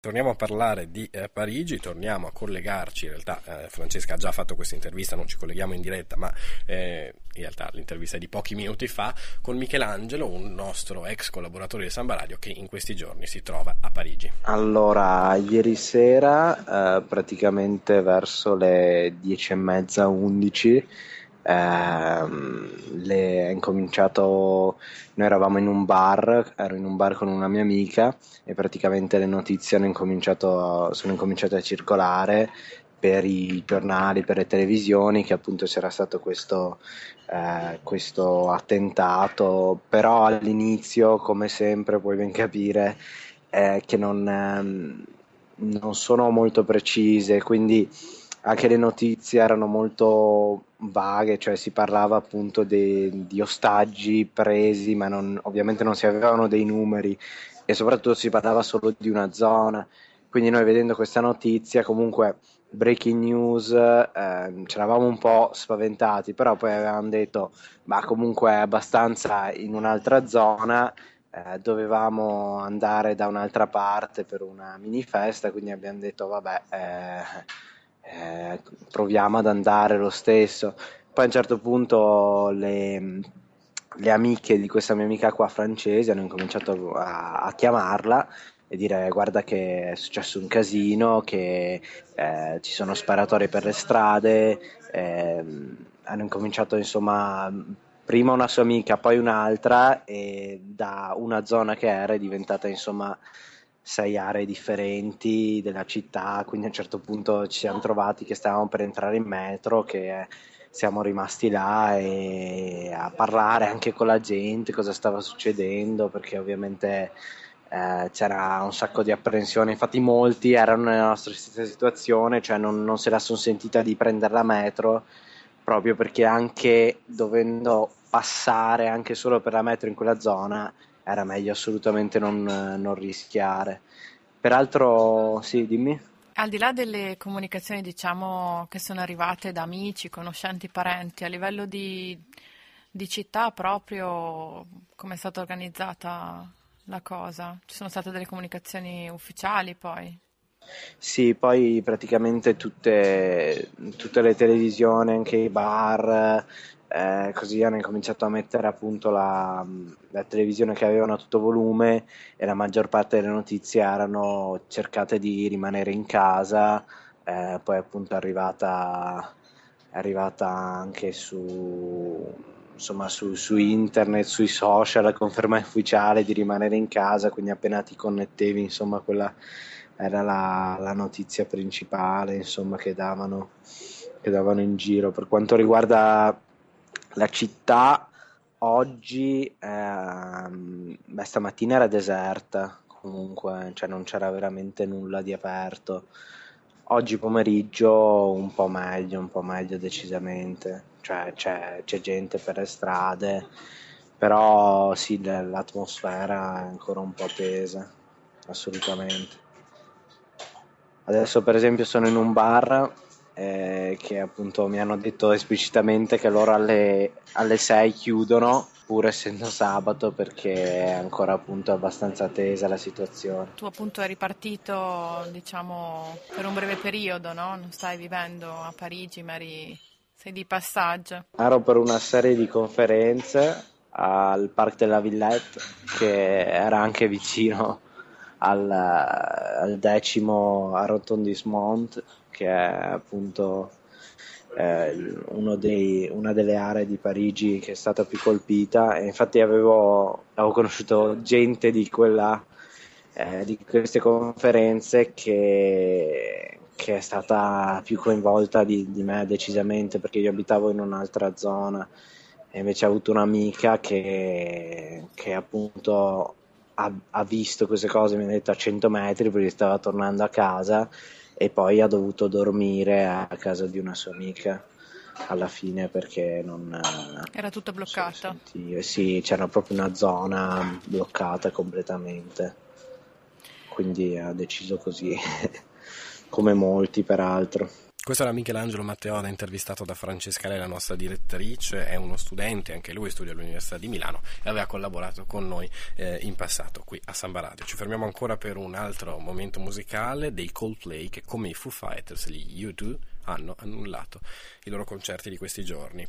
Torniamo a parlare di Parigi, torniamo a collegarci, in realtà Francesca ha già fatto questa intervista, non ci colleghiamo in diretta, ma in realtà l'intervista è di pochi minuti fa, con Michelangelo, un nostro ex collaboratore di Samba Radio che in questi giorni si trova a Parigi. Allora, ieri sera, praticamente verso le 10:30, 11, è incominciato, noi eravamo in un bar, ero in un bar con una mia amica e praticamente le notizie sono incominciate a circolare per i giornali, per le televisioni, che appunto c'era stato questo attentato, però all'inizio, come sempre, puoi ben capire che non sono molto precise, quindi anche le notizie erano molto vaghe, cioè si parlava appunto di ostaggi presi, ma ovviamente non si avevano dei numeri e soprattutto si parlava solo di una zona. Quindi noi vedendo questa notizia, comunque breaking news, ci eravamo un po' spaventati, però poi avevamo detto, ma comunque è abbastanza in un'altra zona, dovevamo andare da un'altra parte per una mini festa, quindi abbiamo detto vabbè, proviamo ad andare lo stesso. Poi a un certo punto le amiche di questa mia amica qua francese hanno incominciato a chiamarla e dire guarda che è successo un casino, che ci sono sparatori per le strade, hanno incominciato insomma prima una sua amica, poi un'altra, e da una zona che era è diventata insomma 6 aree differenti della città, quindi a un certo punto ci siamo trovati che stavamo per entrare in metro, che siamo rimasti là e a parlare anche con la gente cosa stava succedendo, perché ovviamente c'era un sacco di apprensione, infatti molti erano nella nostra stessa situazione, cioè non se la sono sentita di prendere la metro, proprio perché anche dovendo passare anche solo per la metro in quella zona era meglio assolutamente non rischiare. Peraltro, sì, dimmi. Al di là delle comunicazioni, diciamo, che sono arrivate da amici, conoscenti, parenti, a livello di città proprio, come è stata organizzata la cosa? Ci sono state delle comunicazioni ufficiali poi? Sì, poi praticamente tutte le televisioni, anche i bar, così hanno incominciato a mettere appunto la televisione che avevano a tutto volume e la maggior parte delle notizie erano cercate di rimanere in casa, poi appunto è arrivata anche insomma, su internet, sui social, la conferma ufficiale di rimanere in casa, quindi appena ti connettevi, insomma, quella era la notizia principale, insomma, che davano in giro. Per quanto riguarda la città, oggi, beh, stamattina era deserta, comunque, cioè non c'era veramente nulla di aperto. Oggi pomeriggio un po' meglio decisamente, cioè c'è gente per le strade, però sì, l'atmosfera è ancora un po' tesa, assolutamente. Adesso per esempio sono in un bar che appunto mi hanno detto esplicitamente che loro alle 6 chiudono, pur essendo sabato, perché è ancora appunto abbastanza tesa la situazione. Tu appunto eri partito, diciamo, per un breve periodo, no? Non stai vivendo a Parigi, ma sei di passaggio. Ero per una serie di conferenze al Parc de la Villette, che era anche vicino al 10° arrondissement, che è appunto una delle aree di Parigi che è stata più colpita, e infatti avevo conosciuto gente di queste conferenze che è stata più coinvolta di me decisamente, perché io abitavo in un'altra zona e invece ho avuto un'amica che appunto ha visto queste cose, mi ha detto a 100 metri perché stava tornando a casa e poi ha dovuto dormire a casa di una sua amica alla fine perché Era tutto bloccato. sì, c'era proprio una zona bloccata completamente, quindi ha deciso così, come molti peraltro. Questo era Michelangelo Matteoda, intervistato da Francesca Lei, la nostra direttrice. È uno studente, anche lui studia all'Università di Milano e aveva collaborato con noi in passato qui a Samba Radio. Ci fermiamo ancora per un altro momento musicale dei Coldplay, che come i Foo Fighters, gli U2, hanno annullato i loro concerti di questi giorni.